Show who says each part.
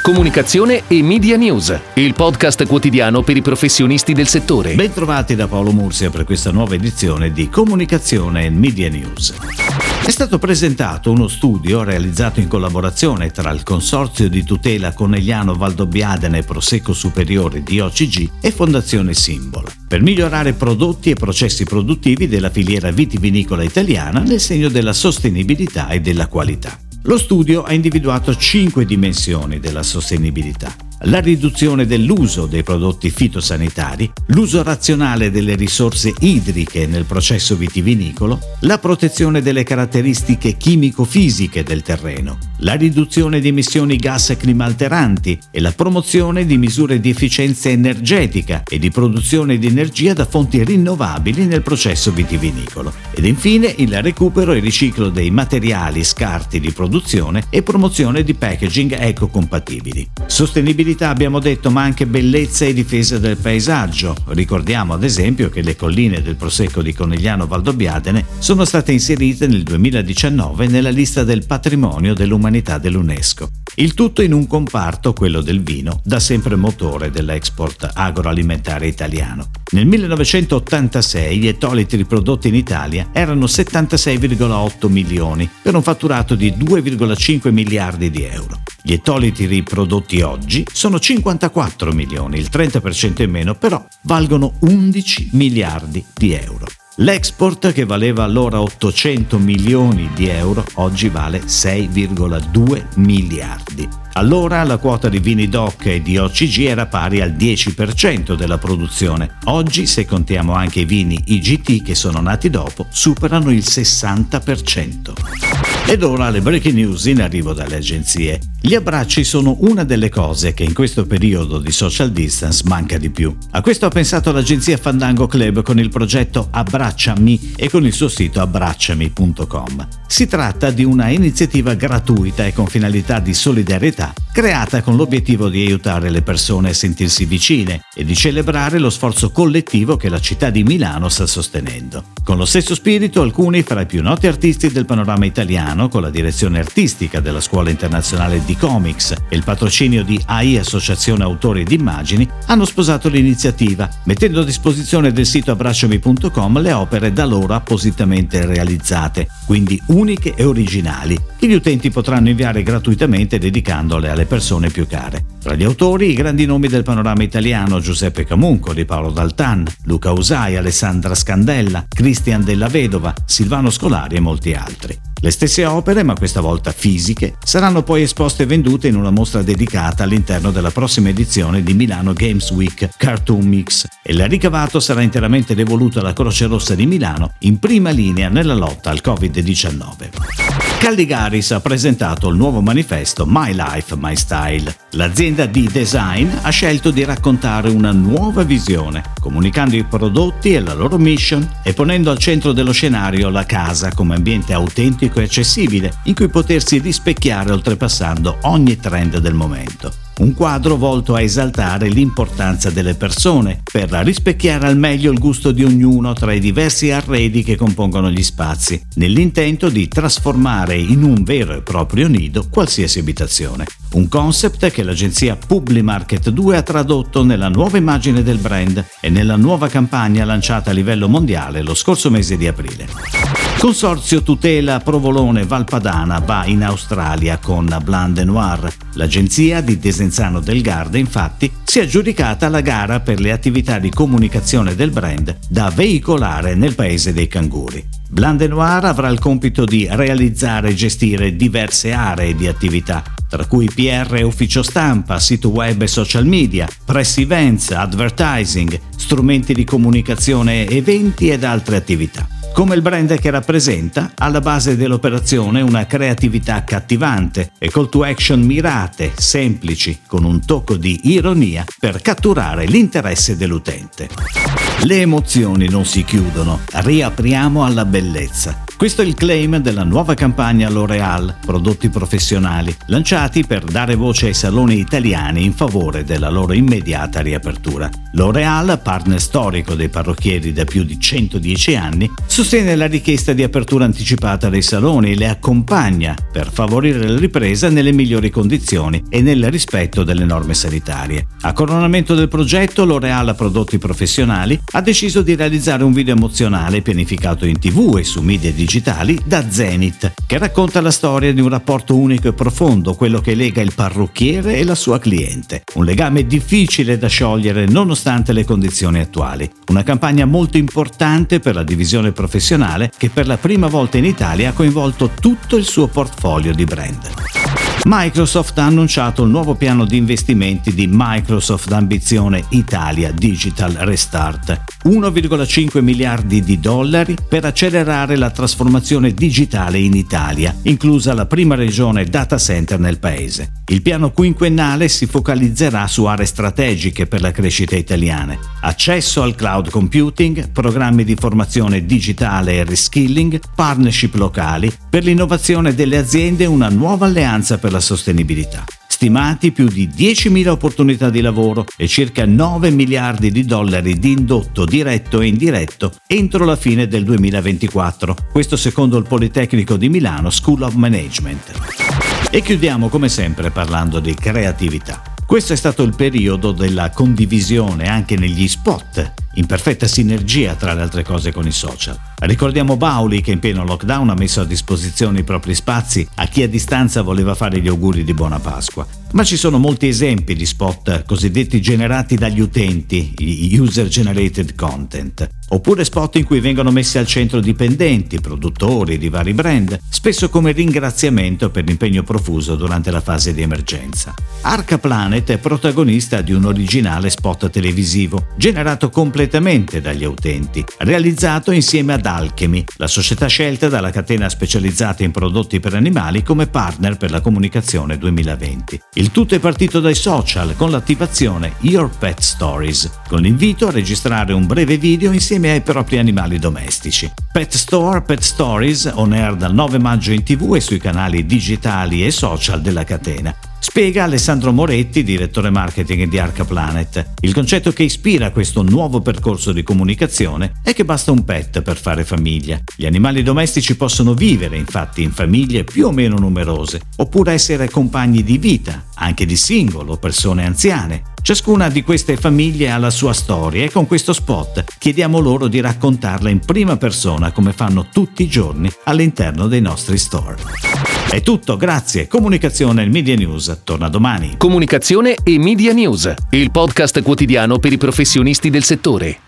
Speaker 1: Comunicazione e Media News, il podcast quotidiano per i professionisti del settore.
Speaker 2: Bentrovati da Paolo Mursia per questa nuova edizione di Comunicazione e Media News. È stato presentato uno studio realizzato in collaborazione tra il Consorzio di Tutela Conegliano Valdobbiadene Prosecco Superiore DOCG e Fondazione Symbol, per migliorare prodotti e processi produttivi della filiera vitivinicola italiana nel segno della sostenibilità e della qualità. Lo studio ha individuato 5 dimensioni della sostenibilità: la riduzione dell'uso dei prodotti fitosanitari, l'uso razionale delle risorse idriche nel processo vitivinicolo, la protezione delle caratteristiche chimico-fisiche del terreno, la riduzione di emissioni gas climalteranti e la promozione di misure di efficienza energetica e di produzione di energia da fonti rinnovabili nel processo vitivinicolo, ed infine il recupero e riciclo dei materiali scarti di produzione e promozione di packaging ecocompatibili. Sostenibilità abbiamo detto, ma anche bellezza e difesa del paesaggio. Ricordiamo ad esempio che le colline del Prosecco di Conegliano Valdobbiadene sono state inserite nel 2019 nella lista del patrimonio dell'umanità dell'UNESCO. Il tutto in un comparto, quello del vino, da sempre motore dell'export agroalimentare italiano. Nel 1986 gli ettolitri prodotti in Italia erano 76,8 milioni per un fatturato di 2,5 miliardi di euro. Gli ettolitri prodotti oggi sono 54 milioni, il 30% in meno, però valgono 11 miliardi di euro. L'export, che valeva allora 800 milioni di euro, oggi vale 6,2 miliardi. Allora la quota di vini DOC e di OCG era pari al 10% della produzione. Oggi, se contiamo anche i vini IGT che sono nati dopo, superano il 60%. Ed ora le breaking news in arrivo dalle agenzie. Gli abbracci sono una delle cose che in questo periodo di social distance manca di più. A questo ha pensato l'agenzia Fandango Club con il progetto Abbracciami e con il suo sito abbracciami.com. Si tratta di una iniziativa gratuita e con finalità di solidarietà, creata con l'obiettivo di aiutare le persone a sentirsi vicine e di celebrare lo sforzo collettivo che la città di Milano sta sostenendo. Con lo stesso spirito, alcuni fra i più noti artisti del panorama italiano, con la direzione artistica della Scuola Internazionale di Comics e il patrocinio di AI Associazione Autori ed Immagini, hanno sposato l'iniziativa, mettendo a disposizione del sito abbracciami.com le opere da loro appositamente realizzate, quindi uniche e originali, che gli utenti potranno inviare gratuitamente dedicandole alle persone più care. Tra gli autori i grandi nomi del panorama italiano: Giuseppe Camuncoli, Paolo Daltan, Luca Usai, Alessandra Scandella, Cristian Della Vedova, Silvano Scolari e molti altri. Le stesse opere, ma questa volta fisiche, saranno poi esposte e vendute in una mostra dedicata all'interno della prossima edizione di Milano Games Week Cartoon Mix, e il ricavato sarà interamente devoluto alla Croce Rossa di Milano, in prima linea nella lotta al Covid-19. Calligaris ha presentato il nuovo manifesto My Life, My Style. L'azienda di design ha scelto di raccontare una nuova visione, comunicando i prodotti e la loro mission e ponendo al centro dello scenario la casa come ambiente autentico e accessibile in cui potersi rispecchiare oltrepassando ogni trend del momento. Un quadro volto a esaltare l'importanza delle persone per rispecchiare al meglio il gusto di ognuno tra i diversi arredi che compongono gli spazi, nell'intento di trasformare in un vero e proprio nido qualsiasi abitazione. Un concept che l'agenzia Publimarket 2 ha tradotto nella nuova immagine del brand e nella nuova campagna lanciata a livello mondiale lo scorso mese di aprile. Consorzio Tutela Provolone Valpadana va in Australia con Blanc de Noir. L'agenzia di Desenzano del Garda, infatti, si è aggiudicata la gara per le attività di comunicazione del brand da veicolare nel paese dei canguri. Blanc de Noir avrà il compito di realizzare e gestire diverse aree di attività, tra cui PR e ufficio stampa, sito web e social media, press events, advertising, strumenti di comunicazione, eventi ed altre attività. Come il brand che rappresenta, alla base dell'operazione una creatività accattivante e call to action mirate, semplici, con un tocco di ironia per catturare l'interesse dell'utente. Le emozioni non si chiudono, riapriamo alla bellezza. Questo è il claim della nuova campagna L'Oréal, prodotti professionali, lanciati per dare voce ai saloni italiani in favore della loro immediata riapertura. L'Oréal, partner storico dei parrucchieri da più di 110 anni, sostiene la richiesta di apertura anticipata dei saloni e le accompagna per favorire la ripresa nelle migliori condizioni e nel rispetto delle norme sanitarie. A coronamento del progetto, L'Oréal Prodotti Professionali ha deciso di realizzare un video emozionale pianificato in TV e su media digitali da Zenith, che racconta la storia di un rapporto unico e profondo, quello che lega il parrucchiere e la sua cliente. Un legame difficile da sciogliere nonostante le condizioni attuali. Una campagna molto importante per la divisione professionale che per la prima volta in Italia ha coinvolto tutto il suo portfolio di brand. Microsoft ha annunciato il nuovo piano di investimenti di Microsoft Ambizione Italia Digital Restart, 1,5 miliardi di dollari per accelerare la trasformazione digitale in Italia, inclusa la prima regione data center nel paese. Il piano quinquennale si focalizzerà su aree strategiche per la crescita italiana: accesso al cloud computing, programmi di formazione digitale e reskilling, partnership locali, per l'innovazione delle aziende una nuova alleanza per la sostenibilità. Stimati più di 10.000 opportunità di lavoro e circa 9 miliardi di dollari di indotto diretto e indiretto entro la fine del 2024, questo secondo il Politecnico di Milano School of Management. E chiudiamo come sempre parlando di creatività. Questo è stato il periodo della condivisione anche negli spot, in perfetta sinergia tra le altre cose con i social. Ricordiamo Bauli che in pieno lockdown ha messo a disposizione i propri spazi a chi a distanza voleva fare gli auguri di buona Pasqua. Ma ci sono molti esempi di spot cosiddetti generati dagli utenti, i user generated content, oppure spot in cui vengono messi al centro dipendenti, produttori di vari brand, spesso come ringraziamento per l'impegno profuso durante la fase di emergenza. Arca Planet è protagonista di un originale spot televisivo, generato completamente dagli utenti, realizzato insieme ad Alchemy, la società scelta dalla catena specializzata in prodotti per animali come partner per la comunicazione 2020. Il tutto è partito dai social con l'attivazione Your Pet Stories, con l'invito a registrare un breve video insieme ai propri animali domestici. Pet Store, Pet Stories, on air dal 9 maggio in TV e sui canali digitali e social della catena. Spiega Alessandro Moretti, direttore marketing di Arca Planet. Il concetto che ispira questo nuovo percorso di comunicazione è che basta un pet per fare famiglia. Gli animali domestici possono vivere infatti in famiglie più o meno numerose, oppure essere compagni di vita, anche di singolo o persone anziane. Ciascuna di queste famiglie ha la sua storia e con questo spot chiediamo loro di raccontarla in prima persona come fanno tutti i giorni all'interno dei nostri store. È tutto, grazie. Comunicazione e Media News torna domani.
Speaker 1: Comunicazione e Media News, il podcast quotidiano per i professionisti del settore.